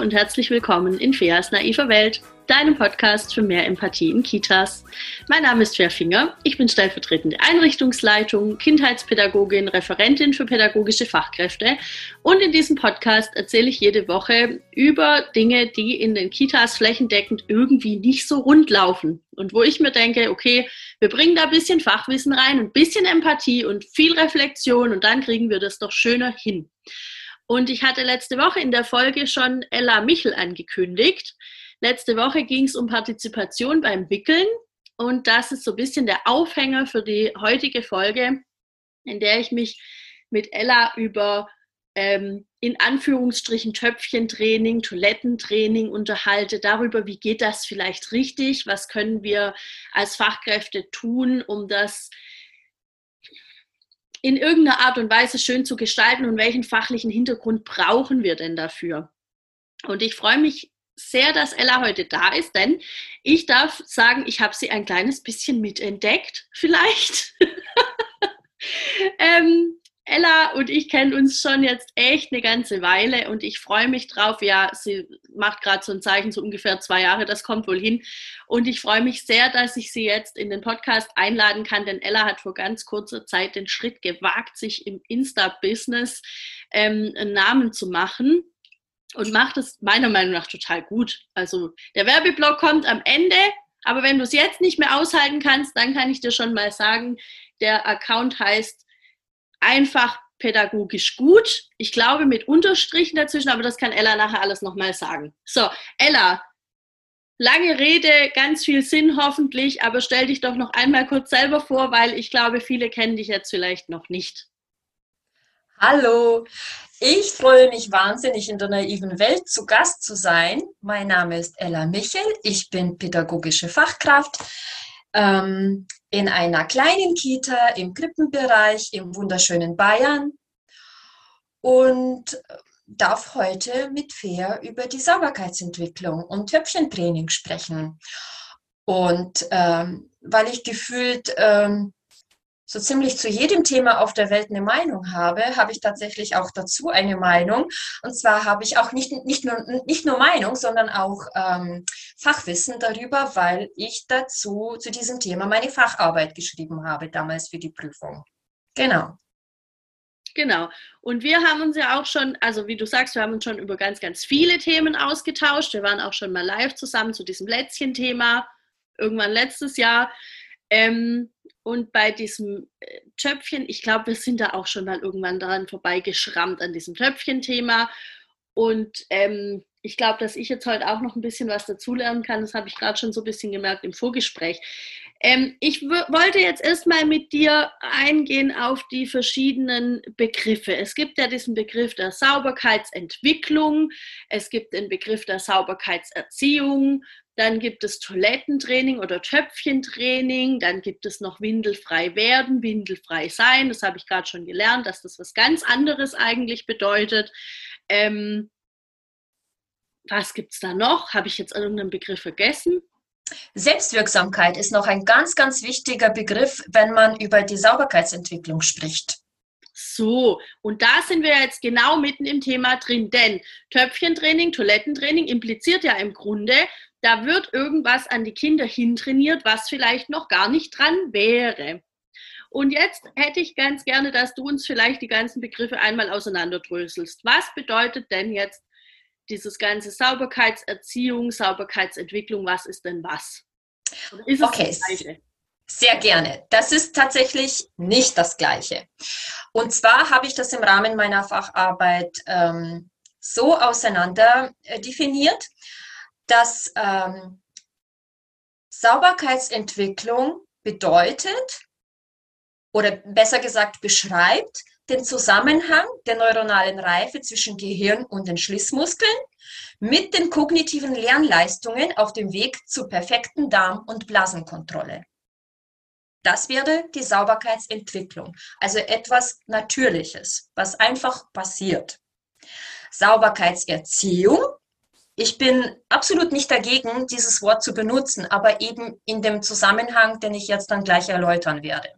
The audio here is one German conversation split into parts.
und herzlich willkommen in Feas naiver Welt, deinem Podcast für mehr Empathie in Kitas. Mein Name ist Fea Finger, ich bin stellvertretende Einrichtungsleitung, Kindheitspädagogin, Referentin für pädagogische Fachkräfte und in diesem Podcast erzähle ich jede Woche über Dinge, die in den Kitas flächendeckend irgendwie nicht so rund laufen und wo ich mir denke, okay, wir bringen da ein bisschen Fachwissen rein, ein bisschen Empathie und viel Reflexion und dann kriegen wir das doch schöner hin. Und ich hatte letzte Woche in der Folge schon Ella Michel angekündigt. Letzte Woche ging es um Partizipation beim Wickeln und das ist so ein bisschen der Aufhänger für die heutige Folge, in der ich mich mit Ella über in Anführungsstrichen Töpfchentraining, Toilettentraining unterhalte, darüber, wie geht das vielleicht richtig, was können wir als Fachkräfte tun, um das in irgendeiner Art und Weise schön zu gestalten und welchen fachlichen Hintergrund brauchen wir denn dafür? Und ich freue mich sehr, dass Ella heute da ist, denn ich darf sagen, ich habe sie ein kleines bisschen mitentdeckt, vielleicht. Ella und ich kennen uns schon jetzt echt eine ganze Weile und ich freue mich drauf. Ja, sie macht gerade so ein Zeichen, so ungefähr 2 Jahre, das kommt wohl hin. Und ich freue mich sehr, dass ich sie jetzt in den Podcast einladen kann, denn Ella hat vor ganz kurzer Zeit den Schritt gewagt, sich im Insta-Business einen Namen zu machen und macht es meiner Meinung nach total gut. Also der Werbeblock kommt am Ende, aber wenn du es jetzt nicht mehr aushalten kannst, dann kann ich dir schon mal sagen, der Account heißt einfach pädagogisch gut. Ich glaube mit Unterstrichen dazwischen, aber das kann Ella nachher alles nochmal sagen. So, Ella, lange Rede, ganz viel Sinn hoffentlich, aber stell dich doch noch einmal kurz selber vor, weil ich glaube, viele kennen dich jetzt vielleicht noch nicht. Hallo, ich freue mich wahnsinnig, in der naiven Welt zu Gast zu sein. Mein Name ist Ella Michel, ich bin pädagogische Fachkraft in einer kleinen Kita im Krippenbereich im wunderschönen Bayern und darf heute mit Fea über die Sauberkeitsentwicklung und Töpfchentraining sprechen. Und weil ich gefühlt so ziemlich zu jedem Thema auf der Welt eine Meinung habe, habe ich tatsächlich auch dazu eine Meinung. Und zwar habe ich auch nicht nur Meinung, sondern auch Fachwissen darüber, weil ich zu diesem Thema meine Facharbeit geschrieben habe, damals für die Prüfung. Genau. Genau. Und wir haben uns ja auch schon, also wie du sagst, wir haben uns schon über ganz, ganz viele Themen ausgetauscht. Wir waren auch schon mal live zusammen zu diesem Lätzchen-Thema, irgendwann letztes Jahr. Und bei diesem Töpfchen, ich glaube, wir sind da auch schon mal irgendwann daran vorbeigeschrammt an diesem Töpfchen-Thema. Und ich glaube, dass ich jetzt heute auch noch ein bisschen was dazulernen kann. Das habe ich gerade schon so ein bisschen gemerkt im Vorgespräch. Ich wollte jetzt erstmal mit dir eingehen auf die verschiedenen Begriffe. Es gibt ja diesen Begriff der Sauberkeitsentwicklung, es gibt den Begriff der Sauberkeitserziehung, dann gibt es Toilettentraining oder Töpfchentraining, dann gibt es noch windelfrei werden, windelfrei sein. Das habe ich gerade schon gelernt, dass das was ganz anderes eigentlich bedeutet. Was gibt es da noch? Habe ich jetzt irgendeinen Begriff vergessen? Selbstwirksamkeit ist noch ein ganz, ganz wichtiger Begriff, wenn man über die Sauberkeitsentwicklung spricht. So, und da sind wir jetzt genau mitten im Thema drin, denn Töpfchentraining, Toilettentraining impliziert ja im Grunde, da wird irgendwas an die Kinder hintrainiert, was vielleicht noch gar nicht dran wäre. Und jetzt hätte ich ganz gerne, dass du uns vielleicht die ganzen Begriffe einmal auseinanderdröselst. Was bedeutet denn jetzt dieses ganze Sauberkeitserziehung, Sauberkeitsentwicklung, was ist denn was? Oder ist es das Gleiche? Sehr gerne. Das ist tatsächlich nicht das Gleiche. Und zwar habe ich das im Rahmen meiner Facharbeit so auseinander definiert, dass Sauberkeitsentwicklung bedeutet oder besser gesagt beschreibt den Zusammenhang der neuronalen Reife zwischen Gehirn und den Schließmuskeln mit den kognitiven Lernleistungen auf dem Weg zur perfekten Darm- und Blasenkontrolle. Das wäre die Sauberkeitsentwicklung, also etwas Natürliches, was einfach passiert. Sauberkeitserziehung. Ich bin absolut nicht dagegen, dieses Wort zu benutzen, aber eben in dem Zusammenhang, den ich jetzt dann gleich erläutern werde.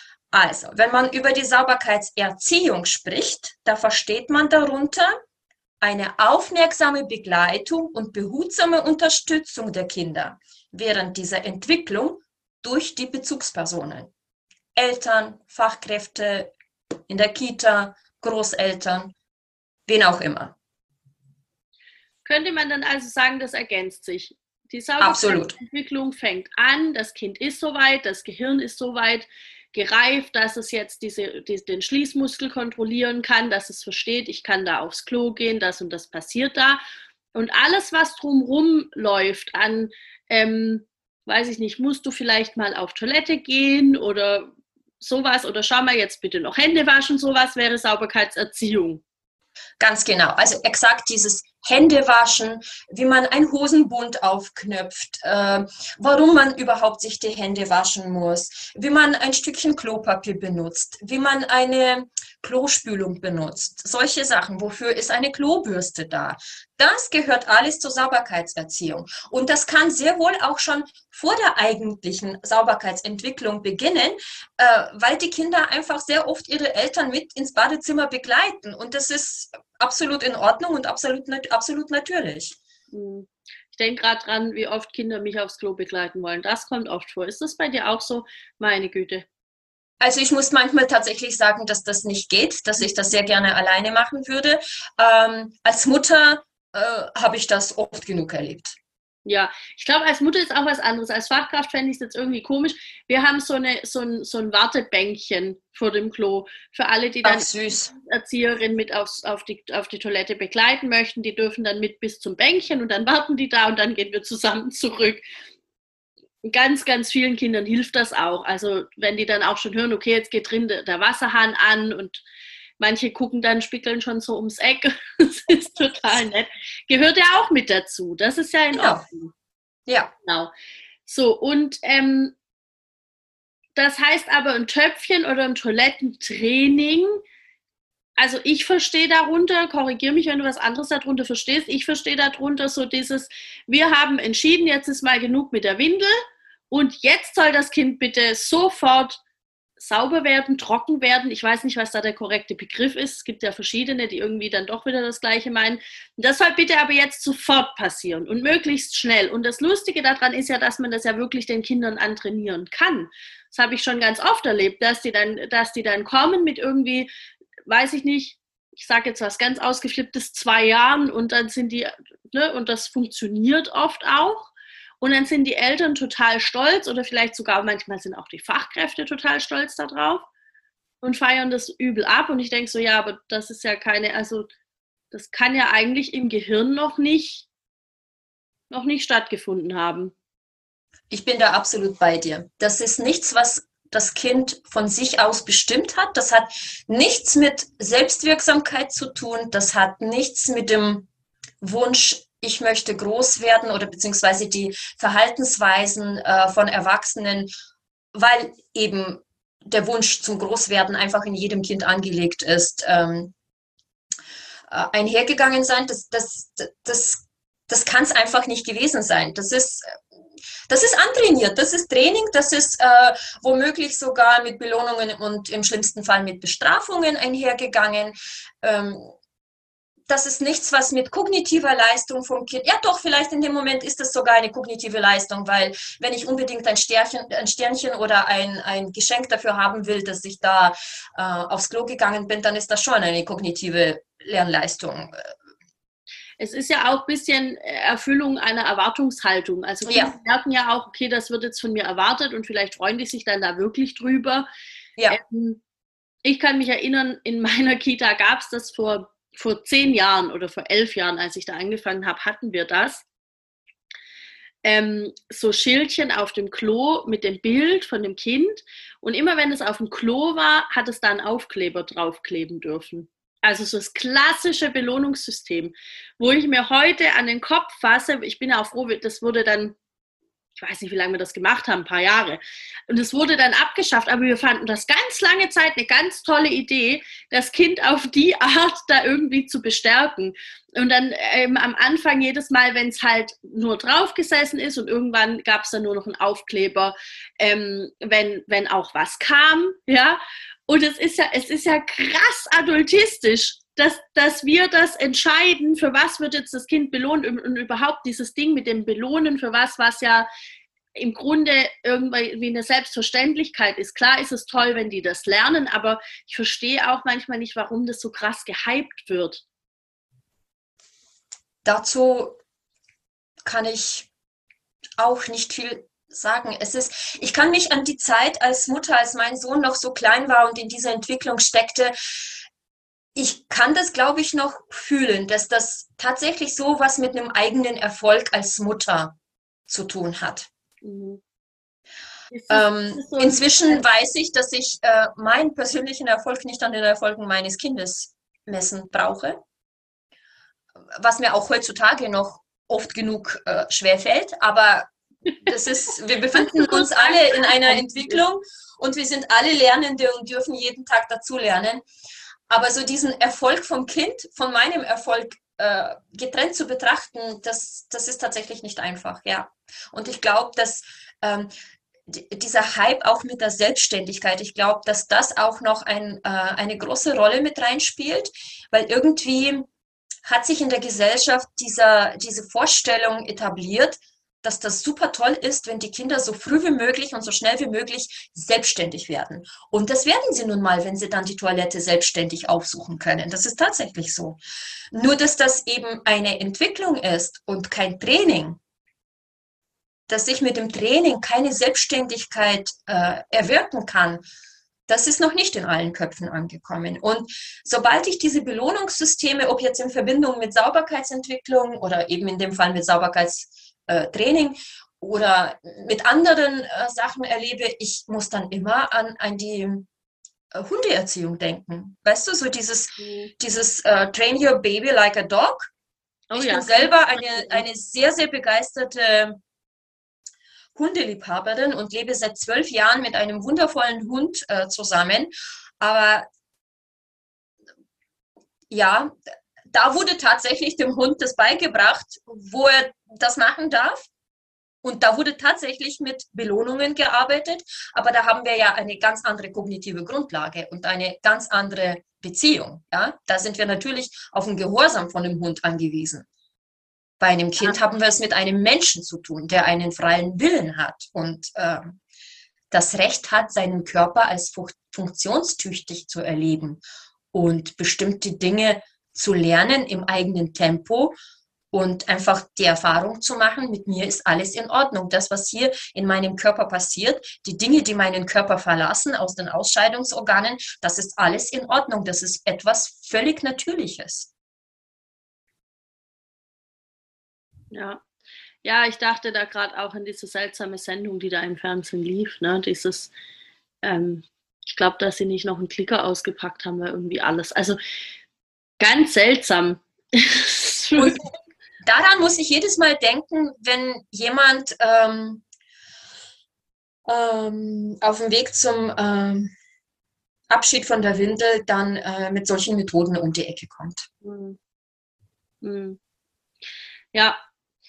Also, wenn man über die Sauberkeitserziehung spricht, da versteht man darunter eine aufmerksame Begleitung und behutsame Unterstützung der Kinder während dieser Entwicklung durch die Bezugspersonen. Eltern, Fachkräfte in der Kita, Großeltern, wen auch immer. Könnte man dann also sagen, das ergänzt sich. Die Absolut. Sauberkeitsentwicklung fängt an, das Kind ist soweit, das Gehirn ist soweit gereift, dass es jetzt den Schließmuskel kontrollieren kann, dass es versteht, ich kann da aufs Klo gehen, das und das passiert da. Und alles, was drumherum läuft an, weiß ich nicht, musst du vielleicht mal auf Toilette gehen oder sowas oder schau mal jetzt bitte noch Hände waschen, sowas wäre Sauberkeitserziehung. Ganz genau. Also exakt dieses Händewaschen, wie man einen Hosenbund aufknöpft, warum man überhaupt sich die Hände waschen muss, wie man ein Stückchen Klopapier benutzt, wie man eine Klospülung benutzt. Solche Sachen. Wofür ist eine Klobürste da? Das gehört alles zur Sauberkeitserziehung. Und das kann sehr wohl auch schon vor der eigentlichen Sauberkeitsentwicklung beginnen, weil die Kinder einfach sehr oft ihre Eltern mit ins Badezimmer begleiten. Und das ist absolut in Ordnung und absolut natürlich. Ich denke gerade dran, wie oft Kinder mich aufs Klo begleiten wollen. Das kommt oft vor. Ist das bei dir auch so? Meine Güte. Also ich muss manchmal tatsächlich sagen, dass das nicht geht, dass ich das sehr gerne alleine machen würde. Als Mutter habe ich das oft genug erlebt. Ja, ich glaube, als Mutter ist auch was anderes. Als Fachkraft fände ich es jetzt irgendwie komisch. Wir haben so ein Wartebänkchen vor dem Klo für alle, die dann Erzieherin mit auf die Toilette begleiten möchten. Die dürfen dann mit bis zum Bänkchen und dann warten die da und dann gehen wir zusammen zurück. Ganz, ganz vielen Kindern hilft das auch. Also wenn die dann auch schon hören, okay, jetzt geht drin der Wasserhahn an und manche gucken dann, spickeln schon so ums Eck. Das ist total nett. Gehört ja auch mit dazu. Das ist ja in Ordnung. Ja. Genau. So, und das heißt aber ein Töpfchen oder ein Toilettentraining. Also ich verstehe darunter, korrigiere mich, wenn du was anderes darunter verstehst, ich verstehe darunter so dieses, wir haben entschieden, jetzt ist mal genug mit der Windel und jetzt soll das Kind bitte sofort sauber werden, trocken werden. Ich weiß nicht, was da der korrekte Begriff ist. Es gibt ja verschiedene, die irgendwie dann doch wieder das Gleiche meinen. Das soll bitte aber jetzt sofort passieren und möglichst schnell. Und das Lustige daran ist ja, dass man das ja wirklich den Kindern antrainieren kann. Das habe ich schon ganz oft erlebt, dass die dann kommen mit irgendwie, weiß ich nicht, ich sage jetzt was ganz Ausgeflipptes, 2 Jahren und dann sind die, ne, und das funktioniert oft auch. Und dann sind die Eltern total stolz oder vielleicht sogar manchmal sind auch die Fachkräfte total stolz darauf und feiern das übel ab. Und ich denke so, ja, aber das ist ja also das kann ja eigentlich im Gehirn noch nicht stattgefunden haben. Ich bin da absolut bei dir. Das ist nichts, was das Kind von sich aus bestimmt hat. Das hat nichts mit Selbstwirksamkeit zu tun. Das hat nichts mit dem Wunsch, ich möchte groß werden oder beziehungsweise die Verhaltensweisen von Erwachsenen, weil eben der Wunsch zum Großwerden einfach in jedem Kind angelegt ist, einhergegangen sein. Das kann es einfach nicht gewesen sein. Das ist antrainiert, das ist Training, das ist womöglich sogar mit Belohnungen und im schlimmsten Fall mit Bestrafungen einhergegangen. Das ist nichts, was mit kognitiver Leistung vom Kind, ja doch, vielleicht in dem Moment ist es sogar eine kognitive Leistung, weil wenn ich unbedingt ein Sternchen oder ein Geschenk dafür haben will, dass ich da aufs Klo gegangen bin, dann ist das schon eine kognitive Lernleistung. Es ist ja auch ein bisschen Erfüllung einer Erwartungshaltung. Also Kinder merken ja auch, okay, das wird jetzt von mir erwartet und vielleicht freuen die sich dann da wirklich drüber. Ja. Ich kann mich erinnern, in meiner Kita gab es das vor 10 Jahren oder vor 11 Jahren, als ich da angefangen habe, hatten wir das. So Schildchen auf dem Klo mit dem Bild von dem Kind. Und immer wenn es auf dem Klo war, hat es da einen Aufkleber draufkleben dürfen. Also so das klassische Belohnungssystem, wo ich mir heute an den Kopf fasse. Ich bin ja auch froh, das wurde dann, ich weiß nicht, wie lange wir das gemacht haben, ein paar Jahre. Und es wurde dann abgeschafft, aber wir fanden das ganz lange Zeit eine ganz tolle Idee, das Kind auf die Art da irgendwie zu bestärken. Und dann am Anfang jedes Mal, wenn es halt nur draufgesessen ist und irgendwann gab es dann nur noch einen Aufkleber, wenn auch was kam, ja. Und es ist ja krass adultistisch. dass wir das entscheiden, für was wird jetzt das Kind belohnt und überhaupt dieses Ding mit dem Belohnen für was ja im Grunde irgendwie wie eine Selbstverständlichkeit ist. Klar ist es toll, wenn die das lernen, aber ich verstehe auch manchmal nicht, warum das so krass gehypt wird. Dazu kann ich auch nicht viel sagen. Ich kann mich an die Zeit als Mutter, als mein Sohn noch so klein war und in dieser Entwicklung steckte, ich kann das, glaube ich, noch fühlen, dass das tatsächlich so was mit einem eigenen Erfolg als Mutter zu tun hat. Mhm. Inzwischen weiß ich, dass ich meinen persönlichen Erfolg nicht an den Erfolgen meines Kindes messen brauche, was mir auch heutzutage noch oft genug schwerfällt, aber wir befinden uns alle in einer Entwicklung und wir sind alle Lernende und dürfen jeden Tag dazu lernen. Aber so diesen Erfolg vom Kind, von meinem Erfolg getrennt zu betrachten, das ist tatsächlich nicht einfach, ja. Und ich glaube, dass dieser Hype auch mit der Selbstständigkeit, ich glaube, dass das auch noch eine große Rolle mit reinspielt, weil irgendwie hat sich in der Gesellschaft diese Vorstellung etabliert, dass das super toll ist, wenn die Kinder so früh wie möglich und so schnell wie möglich selbstständig werden. Und das werden sie nun mal, wenn sie dann die Toilette selbstständig aufsuchen können. Das ist tatsächlich so. Nur, dass das eben eine Entwicklung ist und kein Training, dass ich mit dem Training keine Selbstständigkeit erwirken kann, das ist noch nicht in allen Köpfen angekommen. Und sobald ich diese Belohnungssysteme, ob jetzt in Verbindung mit Sauberkeitsentwicklung oder eben in dem Fall mit Sauberkeitstraining oder mit anderen Sachen erlebe, ich muss dann immer an die Hundeerziehung denken. Weißt du, so dieses Train your baby like a dog. Ich bin selber eine sehr, sehr begeisterte Hundeliebhaberin und lebe seit 12 Jahren mit einem wundervollen Hund zusammen. Aber ja, da wurde tatsächlich dem Hund das beigebracht, wo er das machen darf. Und da wurde tatsächlich mit Belohnungen gearbeitet. Aber da haben wir ja eine ganz andere kognitive Grundlage und eine ganz andere Beziehung. Ja? Da sind wir natürlich auf den Gehorsam von dem Hund angewiesen. Bei einem Kind haben wir es mit einem Menschen zu tun, der einen freien Willen hat und das Recht hat, seinen Körper als funktionstüchtig zu erleben und bestimmte Dinge zu lernen im eigenen Tempo und einfach die Erfahrung zu machen, mit mir ist alles in Ordnung. Das, was hier in meinem Körper passiert, die Dinge, die meinen Körper verlassen aus den Ausscheidungsorganen, das ist alles in Ordnung. Das ist etwas völlig Natürliches. Ja, ich dachte da gerade auch an diese seltsame Sendung, die da im Fernsehen lief, ne? Dieses, ich glaube, dass sie nicht noch einen Klicker ausgepackt haben, weil irgendwie alles, also ganz seltsam. Und daran muss ich jedes Mal denken, wenn jemand auf dem Weg zum Abschied von der Windel dann mit solchen Methoden um die Ecke kommt. Ja.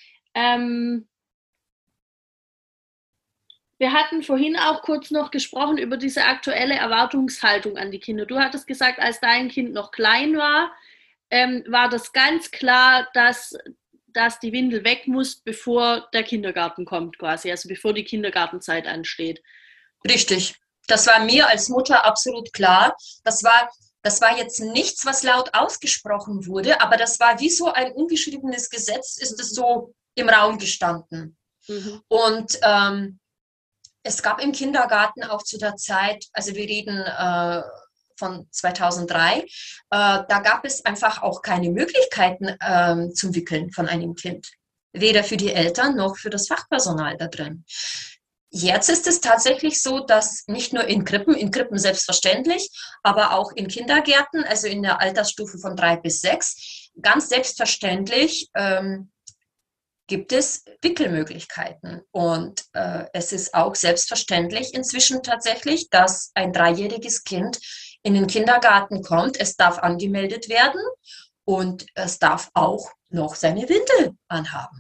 Wir hatten vorhin auch kurz noch gesprochen über diese aktuelle Erwartungshaltung an die Kinder. Du hattest gesagt, als dein Kind noch klein war, war das ganz klar, dass die Windel weg muss, bevor der Kindergarten kommt quasi, also bevor die Kindergartenzeit ansteht. Richtig. Das war mir als Mutter absolut klar. Das war jetzt nichts, was laut ausgesprochen wurde, aber das war wie so ein ungeschriebenes Gesetz, ist es so im Raum gestanden. Mhm. Und es gab im Kindergarten auch zu der Zeit, also wir reden von 2003, da gab es einfach auch keine Möglichkeiten zum Wickeln von einem Kind. Weder für die Eltern noch für das Fachpersonal da drin. Jetzt ist es tatsächlich so, dass nicht nur in Krippen selbstverständlich, aber auch in Kindergärten, also in der Altersstufe von 3 bis 6, ganz selbstverständlich gibt es Wickelmöglichkeiten. Und es ist auch selbstverständlich inzwischen tatsächlich, dass ein 3-jähriges Kind in den Kindergarten kommt. Es darf angemeldet werden und es darf auch noch seine Windel anhaben.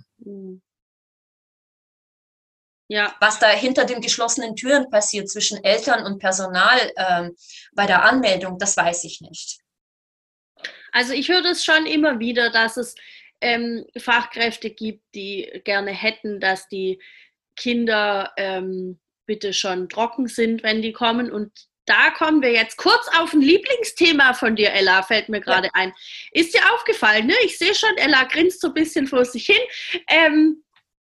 Ja. Was da hinter den geschlossenen Türen passiert zwischen Eltern und Personal bei der Anmeldung, das weiß ich nicht. Also ich höre das schon immer wieder, dass es Fachkräfte gibt, die gerne hätten, dass die Kinder bitte schon trocken sind, wenn die kommen. Und da kommen wir jetzt kurz auf ein Lieblingsthema von dir, Ella, fällt mir Ja. gerade ein. Ist dir aufgefallen, ne? Ich sehe schon, Ella grinst so ein bisschen vor sich hin. Ähm,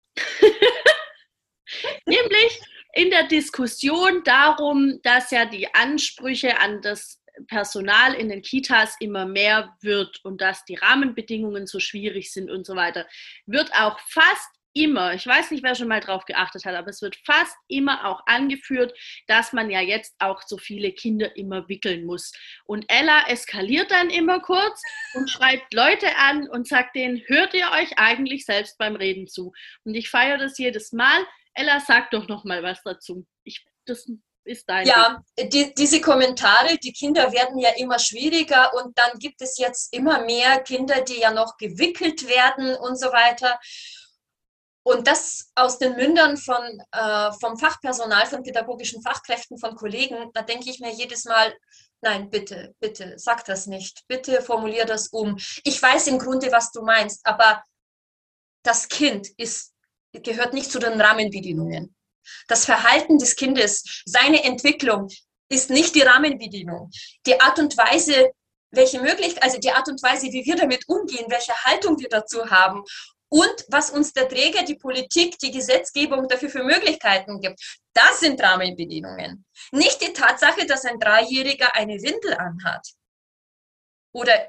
Nämlich in der Diskussion darum, dass ja die Ansprüche an das Personal in den Kitas immer mehr wird und dass die Rahmenbedingungen so schwierig sind und so weiter, wird auch fast immer, ich weiß nicht, wer schon mal drauf geachtet hat, aber es wird fast immer auch angeführt, dass man ja jetzt auch so viele Kinder immer wickeln muss. Und Ella eskaliert dann immer kurz und schreibt Leute an und sagt denen, hört ihr euch eigentlich selbst beim Reden zu? Und ich feiere das jedes Mal. Ella, sag doch noch mal was dazu. Das ist dein Ding. Ja, diese Kommentare, die Kinder werden ja immer schwieriger und dann gibt es jetzt immer mehr Kinder, die ja noch gewickelt werden und so weiter. Und das aus den Mündern vom Fachpersonal, von pädagogischen Fachkräften, von Kollegen, da denke ich mir jedes Mal, nein, bitte, bitte, sag das nicht. Bitte formulier das um. Ich weiß im Grunde, was du meinst, aber das Kind gehört nicht zu den Rahmenbedingungen. Das Verhalten des Kindes, seine Entwicklung ist nicht die Rahmenbedingung. Die Art und Weise, also die Art und Weise, wie wir damit umgehen, welche Haltung wir dazu haben und was uns der Träger, die Politik, die Gesetzgebung dafür für Möglichkeiten gibt, das sind Rahmenbedingungen. Nicht die Tatsache, dass ein Dreijähriger eine Windel anhat oder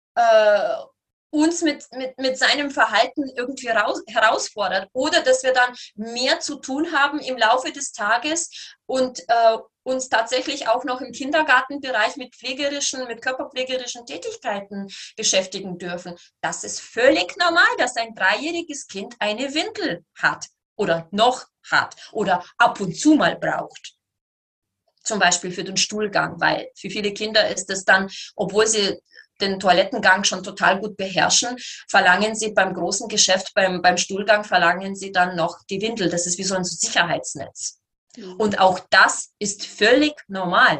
uns mit seinem Verhalten irgendwie herausfordert oder dass wir dann mehr zu tun haben im Laufe des Tages und uns tatsächlich auch noch im Kindergartenbereich mit körperpflegerischen Tätigkeiten beschäftigen dürfen. Das ist völlig normal, dass ein dreijähriges Kind eine Windel hat oder noch hat oder ab und zu mal braucht. Zum Beispiel für den Stuhlgang, weil für viele Kinder ist es dann, obwohl sie den Toilettengang schon total gut beherrschen, verlangen sie beim großen Geschäft, beim Stuhlgang, verlangen sie dann noch die Windel. Das ist wie so ein Sicherheitsnetz. Mhm. Und auch das ist völlig normal.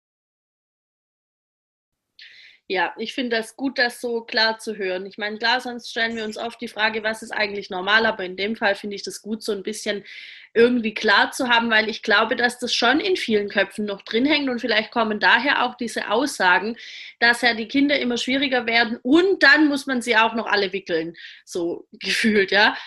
Ja, ich finde das gut, das so klar zu hören. Ich meine, klar, sonst stellen wir uns oft die Frage, was ist eigentlich normal, aber in dem Fall finde ich das gut, so ein bisschen irgendwie klar zu haben, weil ich glaube, dass das schon in vielen Köpfen noch drin hängt und vielleicht kommen daher auch diese Aussagen, dass ja die Kinder immer schwieriger werden und dann muss man sie auch noch alle wickeln, so gefühlt, ja.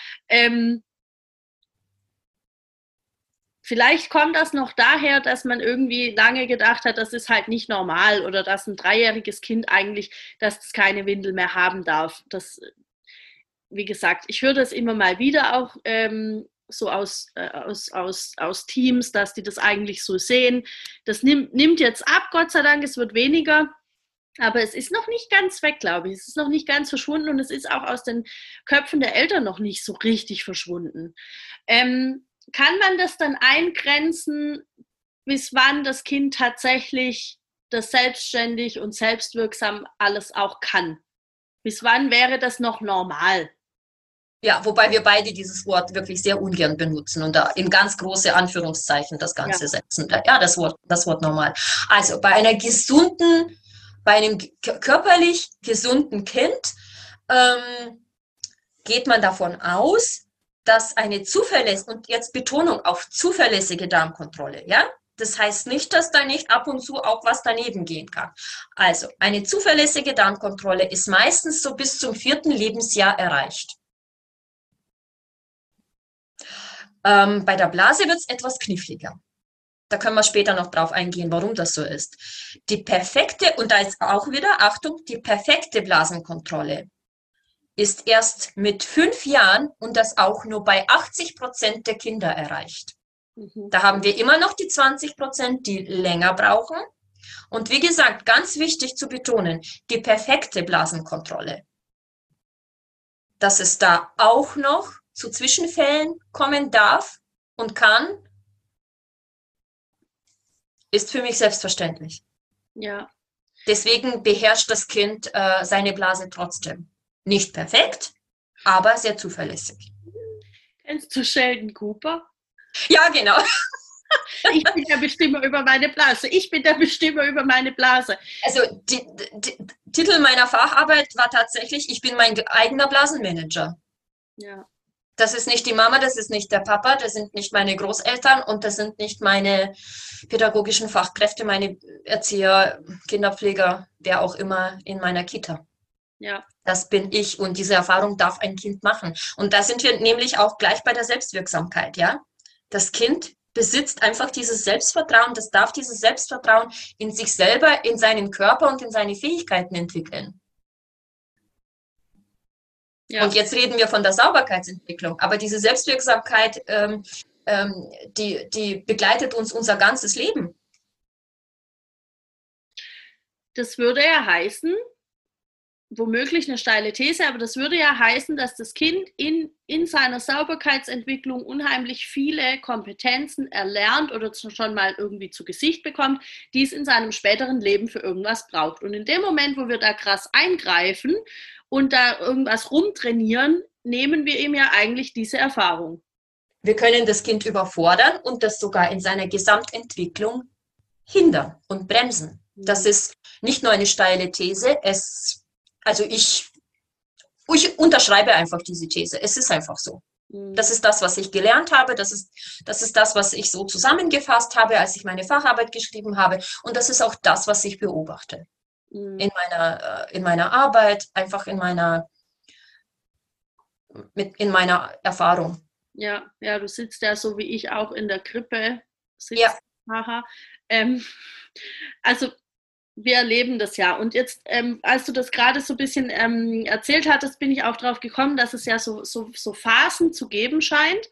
Vielleicht kommt das noch daher, dass man irgendwie lange gedacht hat, das ist halt nicht normal oder dass ein dreijähriges Kind eigentlich, dass es keine Windel mehr haben darf. Das, wie gesagt, ich höre das immer mal wieder auch so aus Teams, dass die das eigentlich so sehen. Das nimmt jetzt ab, Gott sei Dank, es wird weniger. Aber es ist noch nicht ganz weg, glaube ich. Es ist noch nicht ganz verschwunden und es ist auch aus den Köpfen der Eltern noch nicht so richtig verschwunden. Kann man das dann eingrenzen, bis wann das Kind tatsächlich das selbstständig und selbstwirksam alles auch kann? Bis wann wäre das noch normal? Ja, wobei wir beide dieses Wort wirklich sehr ungern benutzen und da in ganz große Anführungszeichen das Ganze setzen. Ja, das Wort normal. Also bei einem körperlich gesunden Kind geht man davon aus, dass eine zuverlässige, und jetzt Betonung auf zuverlässige Darmkontrolle, ja? Das heißt nicht, dass da nicht ab und zu auch was daneben gehen kann. Also eine zuverlässige Darmkontrolle ist meistens so bis zum 4. Lebensjahr erreicht. Bei der Blase wird es etwas kniffliger. Da können wir später noch drauf eingehen, warum das so ist. Die perfekte, und da ist auch wieder, Achtung, die perfekte Blasenkontrolle ist erst mit 5 Jahren und das auch nur bei 80% der Kinder erreicht. Mhm. Da haben wir immer noch die 20%, die länger brauchen. Und wie gesagt, ganz wichtig zu betonen, die perfekte Blasenkontrolle. Dass es da auch noch zu Zwischenfällen kommen darf und kann, ist für mich selbstverständlich. Ja. Deswegen beherrscht das Kind seine Blase trotzdem. Nicht perfekt, aber sehr zuverlässig. Kennst du Sheldon Cooper? Ja, genau. Ich bin der Bestimmer über meine Blase. Ich bin der Bestimmer über meine Blase. Also Titel meiner Facharbeit war tatsächlich, ich bin mein eigener Blasenmanager. Ja. Das ist nicht die Mama, das ist nicht der Papa, das sind nicht meine Großeltern und das sind nicht meine pädagogischen Fachkräfte, meine Erzieher, Kinderpfleger, wer auch immer in meiner Kita. Ja. Das bin ich und diese Erfahrung darf ein Kind machen. Und da sind wir nämlich auch gleich bei der Selbstwirksamkeit, ja. Das Kind besitzt einfach dieses Selbstvertrauen, das darf dieses Selbstvertrauen in sich selber, in seinen Körper und in seine Fähigkeiten entwickeln. Ja. Und jetzt reden wir von der Sauberkeitsentwicklung, aber diese Selbstwirksamkeit, die begleitet uns unser ganzes Leben. Das würde ja heißen, womöglich eine steile These, aber das würde ja heißen, dass das Kind in seiner Sauberkeitsentwicklung unheimlich viele Kompetenzen erlernt oder schon mal irgendwie zu Gesicht bekommt, die es in seinem späteren Leben für irgendwas braucht. Und in dem Moment, wo wir da krass eingreifen und da irgendwas rumtrainieren, nehmen wir ihm ja eigentlich diese Erfahrung. Wir können das Kind überfordern und das sogar in seiner Gesamtentwicklung hindern und bremsen. Das ist nicht nur eine steile These, ich unterschreibe einfach diese These. Es ist einfach so. Das ist das, was ich gelernt habe. Das ist das, was ich so zusammengefasst habe, als ich meine Facharbeit geschrieben habe. Und das ist auch das, was ich beobachte. In meiner Arbeit, einfach in meiner Erfahrung. Ja, du sitzt ja so wie ich auch in der Krippe. Ja. Haha. Also wir erleben das ja. Und jetzt, als du das gerade so ein bisschen erzählt hattest, bin ich auch drauf gekommen, dass es ja so Phasen zu geben scheint.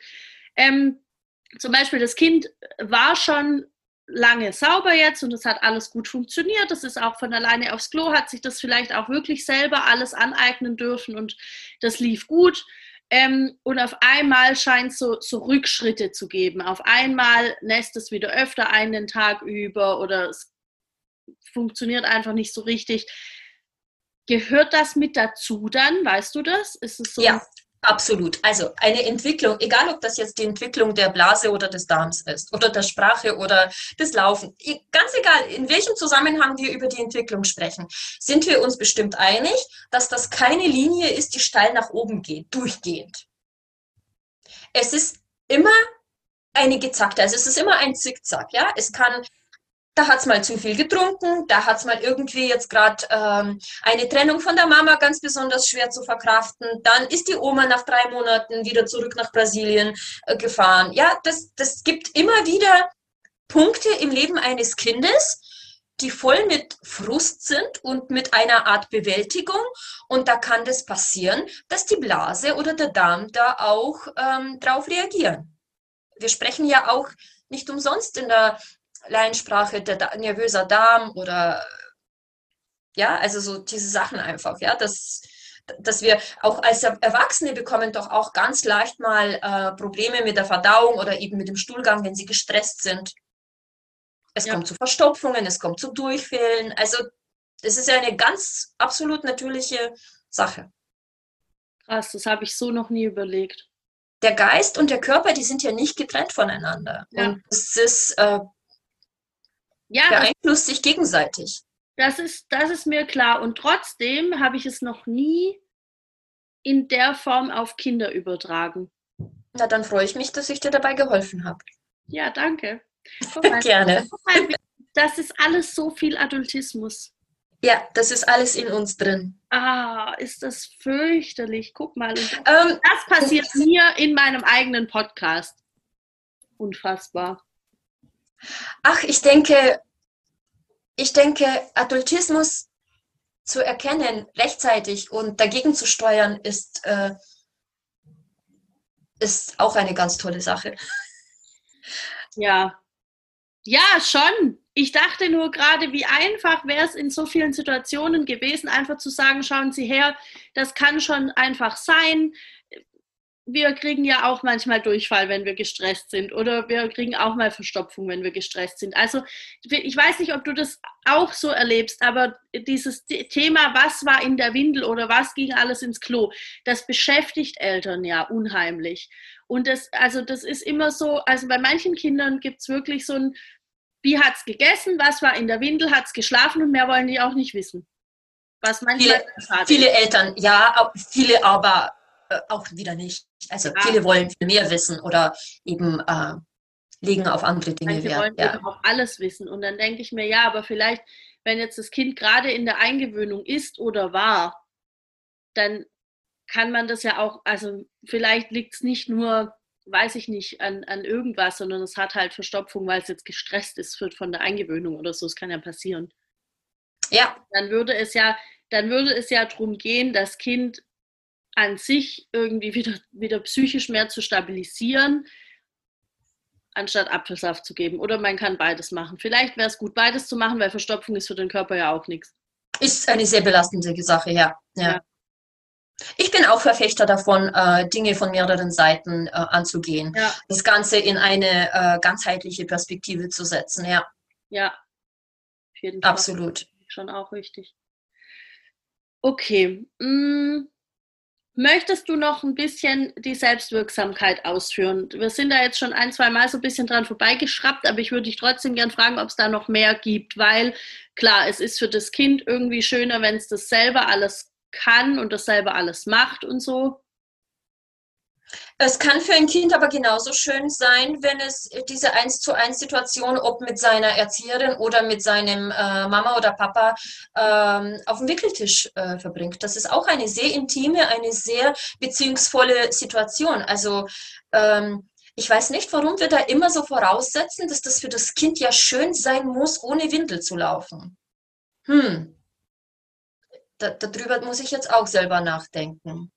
Zum Beispiel, das Kind war schon lange sauber jetzt und es hat alles gut funktioniert. Das ist auch von alleine aufs Klo, hat sich das vielleicht auch wirklich selber alles aneignen dürfen und das lief gut. Und auf einmal scheint es so Rückschritte zu geben. Auf einmal nässt es wieder öfter ein den Tag über oder es funktioniert einfach nicht so richtig. Gehört das mit dazu dann? Weißt du das? Ist es so? Ja, absolut. Also eine Entwicklung, egal ob das jetzt die Entwicklung der Blase oder des Darms ist oder der Sprache oder des Laufen, ganz egal, in welchem Zusammenhang wir über die Entwicklung sprechen, sind wir uns bestimmt einig, dass das keine Linie ist, die steil nach oben geht, durchgehend. Es ist immer eine gezackte, also es ist immer ein Zickzack, ja. Da hat es mal zu viel getrunken, da hat es mal irgendwie jetzt gerade eine Trennung von der Mama ganz besonders schwer zu verkraften. Dann ist die Oma nach 3 Monaten wieder zurück nach Brasilien gefahren. Ja, das gibt immer wieder Punkte im Leben eines Kindes, die voll mit Frust sind und mit einer Art Bewältigung. Und da kann das passieren, dass die Blase oder der Darm da auch drauf reagieren. Wir sprechen ja auch nicht umsonst in der Laiensprache, nervöser Darm oder ja, also so diese Sachen einfach, ja, dass wir auch als Erwachsene bekommen doch auch ganz leicht mal Probleme mit der Verdauung oder eben mit dem Stuhlgang, wenn sie gestresst sind. Es kommt zu Verstopfungen, es kommt zu Durchfällen, also das ist ja eine ganz absolut natürliche Sache. Krass, das habe ich so noch nie überlegt. Der Geist und der Körper, die sind ja nicht getrennt voneinander. Ja. Und es ist beeinflusst sich gegenseitig. Das ist mir klar. Und trotzdem habe ich es noch nie in der Form auf Kinder übertragen. Na, dann freue ich mich, dass ich dir dabei geholfen habe. Ja, danke. Gerne. Das ist alles so viel Adultismus. Ja, das ist alles in uns drin. Ah, ist das fürchterlich. Guck mal. Das passiert mir in meinem eigenen Podcast. Unfassbar. Ach, ich denke, Adultismus zu erkennen rechtzeitig und dagegen zu steuern ist auch eine ganz tolle Sache. Ja, schon. Ich dachte nur gerade, wie einfach wäre es in so vielen Situationen gewesen, einfach zu sagen, schauen Sie her, das kann schon einfach sein. wir kriegen ja auch manchmal Durchfall, wenn wir gestresst sind, oder wir kriegen auch mal Verstopfung, wenn wir gestresst sind. Also ich weiß nicht, ob du das auch so erlebst, aber dieses Thema, was war in der Windel oder was ging alles ins Klo, das beschäftigt Eltern ja unheimlich. Und das ist immer so, also bei manchen Kindern gibt es wirklich so ein, wie hat es gegessen, was war in der Windel, hat es geschlafen und mehr wollen die auch nicht wissen. Was manchmal viele Eltern, ja, viele aber auch wieder nicht. Also viele wollen viel mehr wissen oder eben legen auf andere Dinge manche Wert. wollen eben auch alles wissen. Und dann denke ich mir, ja, aber vielleicht, wenn jetzt das Kind gerade in der Eingewöhnung ist oder war, dann kann man das ja auch, also vielleicht liegt es nicht nur, weiß ich nicht, an irgendwas, sondern es hat halt Verstopfung, weil es jetzt gestresst ist von der Eingewöhnung oder so. Es kann ja passieren. Ja. Dann würde es ja darum gehen, das Kind an sich irgendwie wieder psychisch mehr zu stabilisieren, anstatt Apfelsaft zu geben. Oder man kann beides machen. Vielleicht wäre es gut, beides zu machen, weil Verstopfung ist für den Körper ja auch nichts. Ist eine sehr belastende Sache, ja. Ich bin auch Verfechter davon, Dinge von mehreren Seiten anzugehen. Ja. Das Ganze in eine ganzheitliche Perspektive zu setzen, ja. Ja, auf jeden Fall. Absolut. Schon auch richtig. Okay. Möchtest du noch ein bisschen die Selbstwirksamkeit ausführen? Wir sind da jetzt schon 1-2 Mal so ein bisschen dran vorbeigeschraubt, aber ich würde dich trotzdem gern fragen, ob es da noch mehr gibt, weil klar, es ist für das Kind irgendwie schöner, wenn es das selber alles kann und das selber alles macht und so. Es kann für ein Kind aber genauso schön sein, wenn es diese 1:1 Situation, ob mit seiner Erzieherin oder mit seinem Mama oder Papa auf dem Wickeltisch verbringt. Das ist auch eine sehr intime, eine sehr beziehungsvolle Situation. Also ich weiß nicht, warum wir da immer so voraussetzen, dass das für das Kind ja schön sein muss, ohne Windel zu laufen. Darüber muss ich jetzt auch selber nachdenken.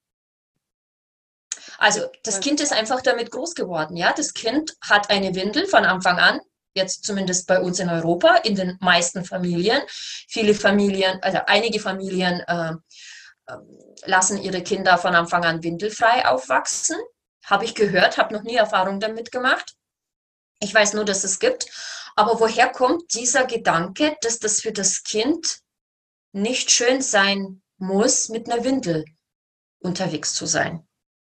Also das Kind ist einfach damit groß geworden. Ja, das Kind hat eine Windel von Anfang an, jetzt zumindest bei uns in Europa, in den meisten Familien. Viele Familien, also einige Familien lassen ihre Kinder von Anfang an windelfrei aufwachsen. Habe ich gehört, habe noch nie Erfahrung damit gemacht. Ich weiß nur, dass es gibt. Aber woher kommt dieser Gedanke, dass das für das Kind nicht schön sein muss, mit einer Windel unterwegs zu sein?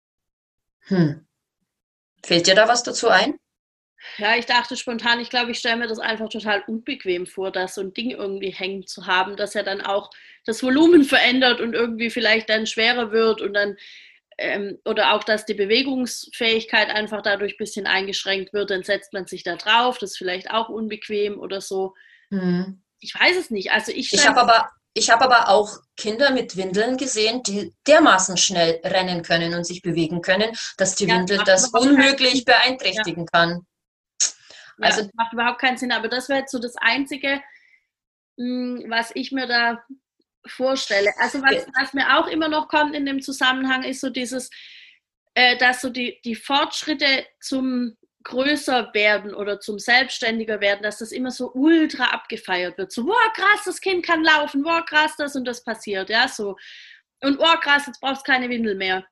Fällt dir da was dazu ein? Ja, ich dachte spontan, ich glaube, ich stelle mir das einfach total unbequem vor, da so ein Ding irgendwie hängen zu haben, dass ja dann auch das Volumen verändert und irgendwie vielleicht dann schwerer wird und dann oder auch, dass die Bewegungsfähigkeit einfach dadurch ein bisschen eingeschränkt wird, dann setzt man sich da drauf, das ist vielleicht auch unbequem oder so. Ich weiß es nicht. Also ich habe aber auch Kinder mit Windeln gesehen, die dermaßen schnell rennen können und sich bewegen können, dass die Windel das unmöglich beeinträchtigen kann. Also das macht überhaupt keinen Sinn, aber das wäre jetzt so das Einzige, was ich mir da vorstelle. Also was mir auch immer noch kommt in dem Zusammenhang, ist so dieses, dass so die Fortschritte zum größer werden oder zum selbstständiger werden, dass das immer so ultra abgefeiert wird. So, wow, krass, das Kind kann laufen, wow, krass, das und das passiert, ja, so. Und wow, krass, jetzt brauchst du keine Windel mehr.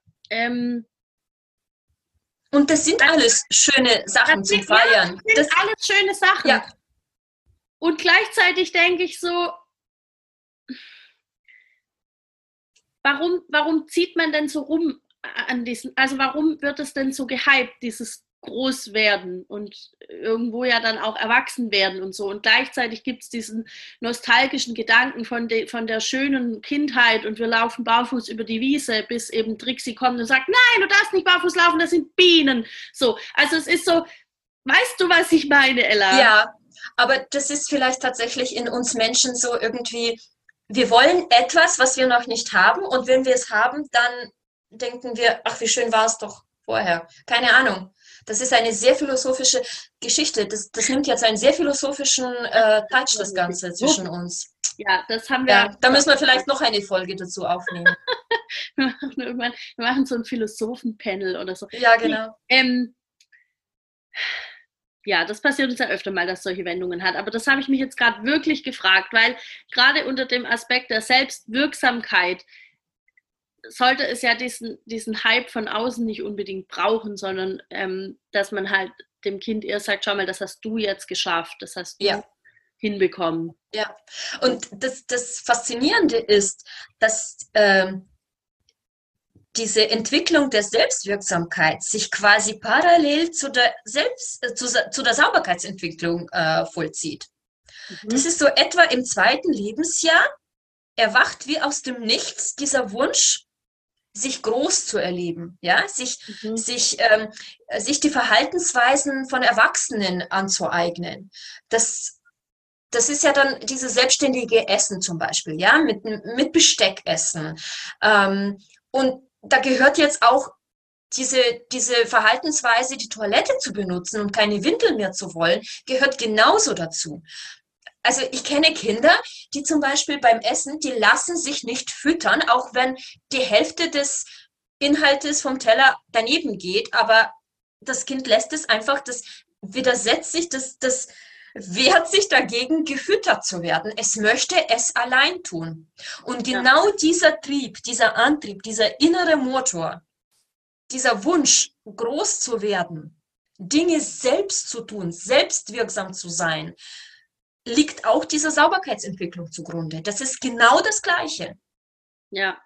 Und das sind alles schöne Sachen zum Feiern. Das sind alles schöne Sachen. Ja. Und gleichzeitig denke ich so, warum zieht man denn so rum an diesen, also warum wird es denn so gehypt, dieses Großwerden und irgendwo ja dann auch erwachsen werden und so. Und gleichzeitig gibt es diesen nostalgischen Gedanken von der schönen Kindheit und wir laufen barfuß über die Wiese, bis eben Trixie kommt und sagt, nein, du darfst nicht barfuß laufen, das sind Bienen. So, also es ist so, weißt du, was ich meine, Ella? Ja, aber das ist vielleicht tatsächlich in uns Menschen so irgendwie, wir wollen etwas, was wir noch nicht haben und wenn wir es haben, dann denken wir, ach, wie schön war es doch vorher. Keine Ahnung. Das ist eine sehr philosophische Geschichte. Das nimmt jetzt einen sehr philosophischen Touch, das Ganze zwischen uns. Ja, das haben wir. Ja, da müssen wir vielleicht noch eine Folge dazu aufnehmen. wir machen so ein Philosophenpanel oder so. Ja, genau. Ja, das passiert uns ja öfter mal, dass solche Wendungen hat. Aber das habe ich mich jetzt gerade wirklich gefragt, weil gerade unter dem Aspekt der Selbstwirksamkeit sollte es ja diesen Hype von außen nicht unbedingt brauchen, sondern dass man halt dem Kind eher sagt, schau mal, das hast du jetzt geschafft, das hast du Ja. hinbekommen. Ja, und das Faszinierende ist, dass diese Entwicklung der Selbstwirksamkeit sich quasi parallel zu der zu der Sauberkeitsentwicklung vollzieht. Das ist so etwa im 2. Lebensjahr erwacht wie aus dem Nichts dieser Wunsch, sich groß zu erleben, ja, sich die Verhaltensweisen von Erwachsenen anzueignen. Das ist ja dann dieses selbstständige Essen zum Beispiel, ja, mit Besteck essen. Und da gehört jetzt auch diese Verhaltensweise, die Toilette zu benutzen und keine Windel mehr zu wollen, gehört genauso dazu. Also ich kenne Kinder, die zum Beispiel beim Essen, die lassen sich nicht füttern, auch wenn die Hälfte des Inhaltes vom Teller daneben geht, aber das Kind lässt es einfach, das widersetzt sich, das wehrt sich dagegen, gefüttert zu werden. Es möchte es allein tun. Und genau dieser Trieb, dieser Antrieb, dieser innere Motor, dieser Wunsch, groß zu werden, Dinge selbst zu tun, selbstwirksam zu sein, liegt auch dieser Sauberkeitsentwicklung zugrunde. Das ist genau das Gleiche. Ja.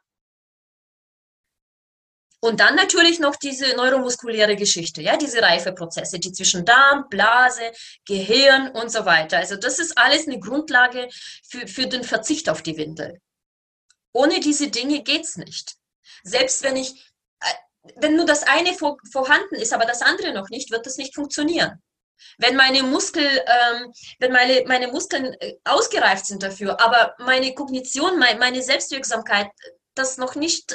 Und dann natürlich noch diese neuromuskuläre Geschichte, ja, diese Reifeprozesse, die zwischen Darm, Blase, Gehirn und so weiter. Also das ist alles eine Grundlage für den Verzicht auf die Windel. Ohne diese Dinge geht's nicht. Selbst wenn nur das eine vorhanden ist, aber das andere noch nicht, wird das nicht funktionieren. Wenn meine Muskeln ausgereift sind dafür, aber meine Kognition, meine Selbstwirksamkeit, das noch nicht,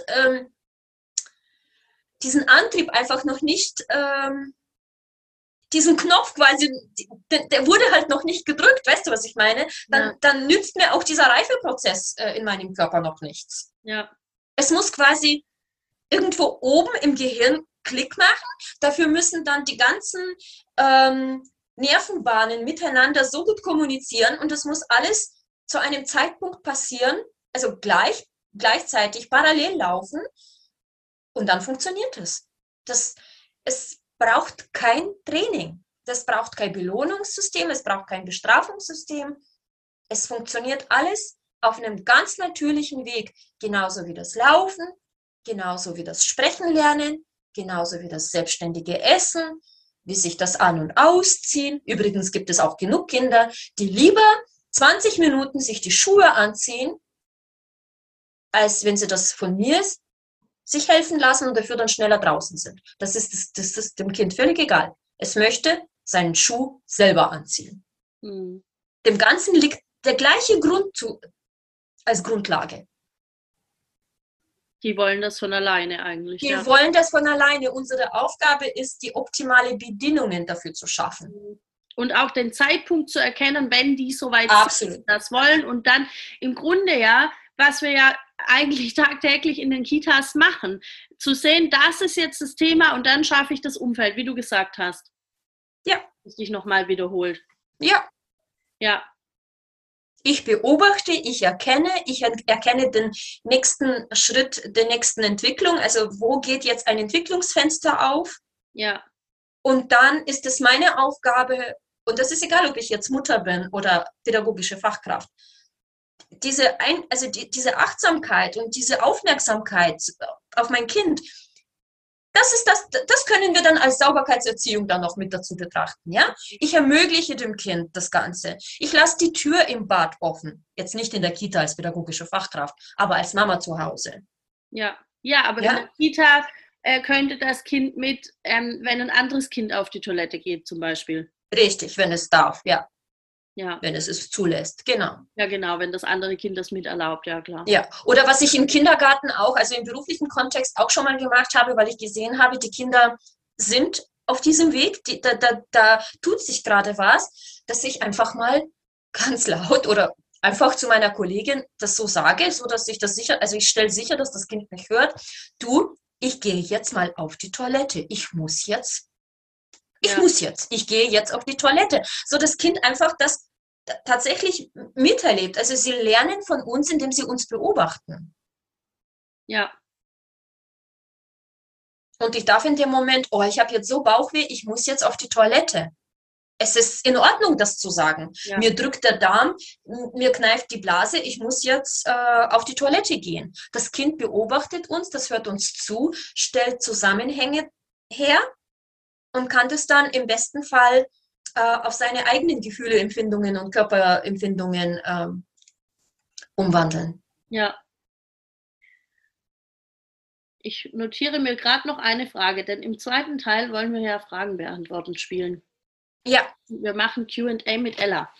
diesen Antrieb einfach noch nicht, diesen Knopf quasi, der wurde halt noch nicht gedrückt, weißt du, was ich meine? Dann nützt mir auch dieser Reifeprozess in meinem Körper noch nichts. Ja. Es muss quasi irgendwo oben im Gehirn Klick machen. Dafür müssen dann die ganzen Nervenbahnen miteinander so gut kommunizieren und das muss alles zu einem Zeitpunkt passieren, also gleichzeitig parallel laufen und dann funktioniert es. Es braucht kein Training, das braucht kein Belohnungssystem, es braucht kein Bestrafungssystem. Es funktioniert alles auf einem ganz natürlichen Weg, genauso wie das Laufen, genauso wie das Sprechen lernen, genauso wie das selbstständige Essen, wie sich das An- und Ausziehen. Übrigens gibt es auch genug Kinder, die lieber 20 Minuten sich die Schuhe anziehen, als wenn sie das von mir sich helfen lassen und dafür dann schneller draußen sind. Das ist dem Kind völlig egal. Es möchte seinen Schuh selber anziehen. Mhm. Dem Ganzen liegt der gleiche Grund als Grundlage. Die wollen das von alleine eigentlich. Die wollen das von alleine. Unsere Aufgabe ist, die optimale Bedingungen dafür zu schaffen. Und auch den Zeitpunkt zu erkennen, wenn die soweit das wollen. Und dann im Grunde was wir ja eigentlich tagtäglich in den Kitas machen, zu sehen, das ist jetzt das Thema und dann schaffe ich das Umfeld, wie du gesagt hast. Ja. Das dich nochmal wiederholt. Ja. Ja. Ich beobachte, ich erkenne den nächsten Schritt, der nächsten Entwicklung. Also wo geht jetzt ein Entwicklungsfenster auf? Ja. Und dann ist es meine Aufgabe, und das ist egal, ob ich jetzt Mutter bin oder pädagogische Fachkraft, diese Achtsamkeit und diese Aufmerksamkeit auf mein Kind, das können wir dann als Sauberkeitserziehung dann noch mit dazu betrachten, ja? Ich ermögliche dem Kind das Ganze. Ich lasse die Tür im Bad offen. Jetzt nicht in der Kita als pädagogische Fachkraft, aber als Mama zu Hause. Ja, aber in der Kita könnte das Kind wenn ein anderes Kind auf die Toilette geht zum Beispiel. Richtig, wenn es darf, ja. Ja. Wenn es zulässt, genau. Ja, genau, wenn das andere Kind das mit erlaubt, ja klar. Ja, oder was ich im Kindergarten auch, also im beruflichen Kontext auch schon mal gemacht habe, weil ich gesehen habe, die Kinder sind auf diesem Weg, da tut sich gerade was, dass ich einfach mal ganz laut oder einfach zu meiner Kollegin das so sage, so dass ich das sicher, also ich stelle sicher, dass das Kind mich hört. Du, ich gehe jetzt mal auf die Toilette. Ich gehe jetzt auf die Toilette. So das Kind einfach das tatsächlich miterlebt. Also sie lernen von uns, indem sie uns beobachten. Ja. Und ich darf in dem Moment, oh, ich habe jetzt so Bauchweh, ich muss jetzt auf die Toilette. Es ist in Ordnung, das zu sagen. Ja. Mir drückt der Darm, mir kneift die Blase, ich muss jetzt auf die Toilette gehen. Das Kind beobachtet uns, das hört uns zu, stellt Zusammenhänge her und kann das dann im besten Fall auf seine eigenen Gefühle, Empfindungen und Körperempfindungen umwandeln. Ja. Ich notiere mir gerade noch eine Frage, denn im zweiten Teil wollen wir ja Fragen beantworten spielen. Ja. Wir machen Q&A mit Ella.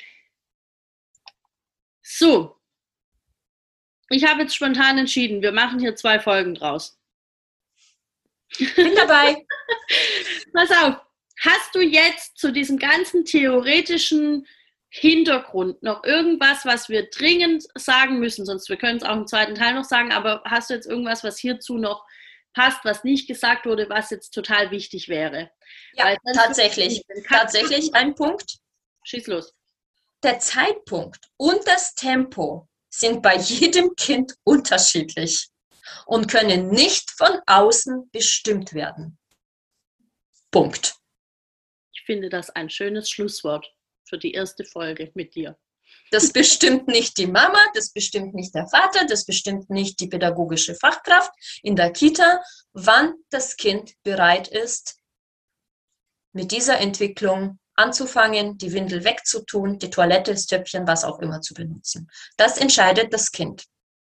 So. Ich habe jetzt spontan entschieden, wir machen hier 2 Folgen draus. Bin dabei. Pass auf. Hast du jetzt zu diesem ganzen theoretischen Hintergrund noch irgendwas, was wir dringend sagen müssen? Sonst wir können es auch im zweiten Teil noch sagen, aber hast du jetzt irgendwas, was hierzu noch passt, was nicht gesagt wurde, was jetzt total wichtig wäre? Ja, tatsächlich ein Punkt. Schieß los. Der Zeitpunkt und das Tempo sind bei jedem Kind unterschiedlich und können nicht von außen bestimmt werden. Punkt. Ich finde das ein schönes Schlusswort für die erste Folge mit dir. Das bestimmt nicht die Mama, das bestimmt nicht der Vater, das bestimmt nicht die pädagogische Fachkraft in der Kita, wann das Kind bereit ist, mit dieser Entwicklung anzufangen, die Windel wegzutun, die Toilette, das Töpfchen, was auch immer zu benutzen. Das entscheidet das Kind.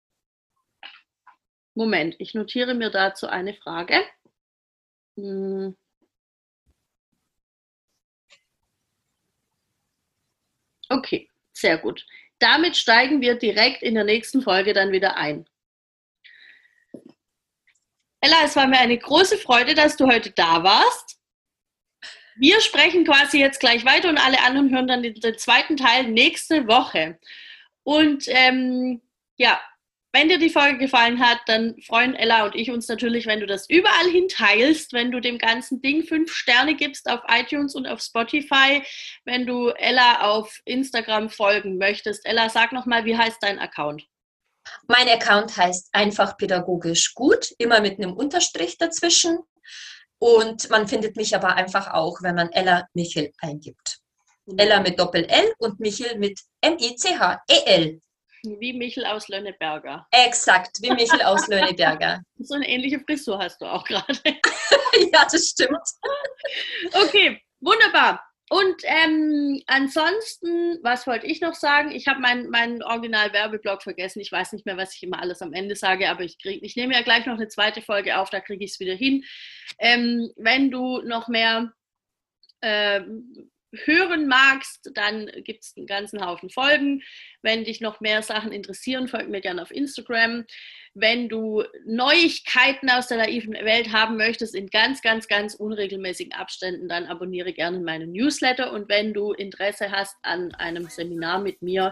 Moment, ich notiere mir dazu eine Frage. Okay, sehr gut. Damit steigen wir direkt in der nächsten Folge dann wieder ein. Ella, es war mir eine große Freude, dass du heute da warst. Wir sprechen quasi jetzt gleich weiter und alle anderen hören dann den zweiten Teil nächste Woche. Und ja, wenn dir die Folge gefallen hat, dann freuen Ella und ich uns natürlich, wenn du das überall hin teilst, wenn du dem ganzen Ding 5 Sterne gibst auf iTunes und auf Spotify, wenn du Ella auf Instagram folgen möchtest. Ella, sag nochmal, wie heißt dein Account? Mein Account heißt einfach pädagogisch gut, immer mit einem Unterstrich dazwischen. Und man findet mich aber einfach auch, wenn man Ella Michel eingibt. Ella mit Doppel-L und Michel mit M-I-C-H-E-L. Wie Michel aus Lönneberger. Exakt, wie Michel aus Lönneberger. So eine ähnliche Frisur hast du auch gerade. Ja, das stimmt. Okay, wunderbar. Und ansonsten, was wollte ich noch sagen? Ich habe meinen Original-Werbeblock vergessen. Ich weiß nicht mehr, was ich immer alles am Ende sage, aber ich nehme ja gleich noch eine zweite Folge auf, da kriege ich es wieder hin. Wenn du noch mehr hören magst, dann gibt es einen ganzen Haufen Folgen. Wenn dich noch mehr Sachen interessieren, folg mir gerne auf Instagram. Wenn du Neuigkeiten aus der naiven Welt haben möchtest, in ganz, ganz, ganz unregelmäßigen Abständen, dann abonniere gerne meinen Newsletter. Und wenn du Interesse hast an einem Seminar mit mir,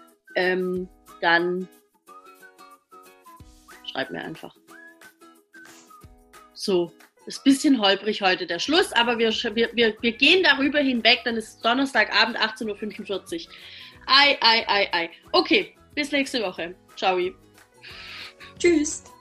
dann schreib mir einfach. So. Ist ein bisschen holprig heute der Schluss, aber wir gehen darüber hinweg, dann ist es Donnerstagabend 18.45 Uhr. Ei. Okay, bis nächste Woche. Ciao. Tschüss.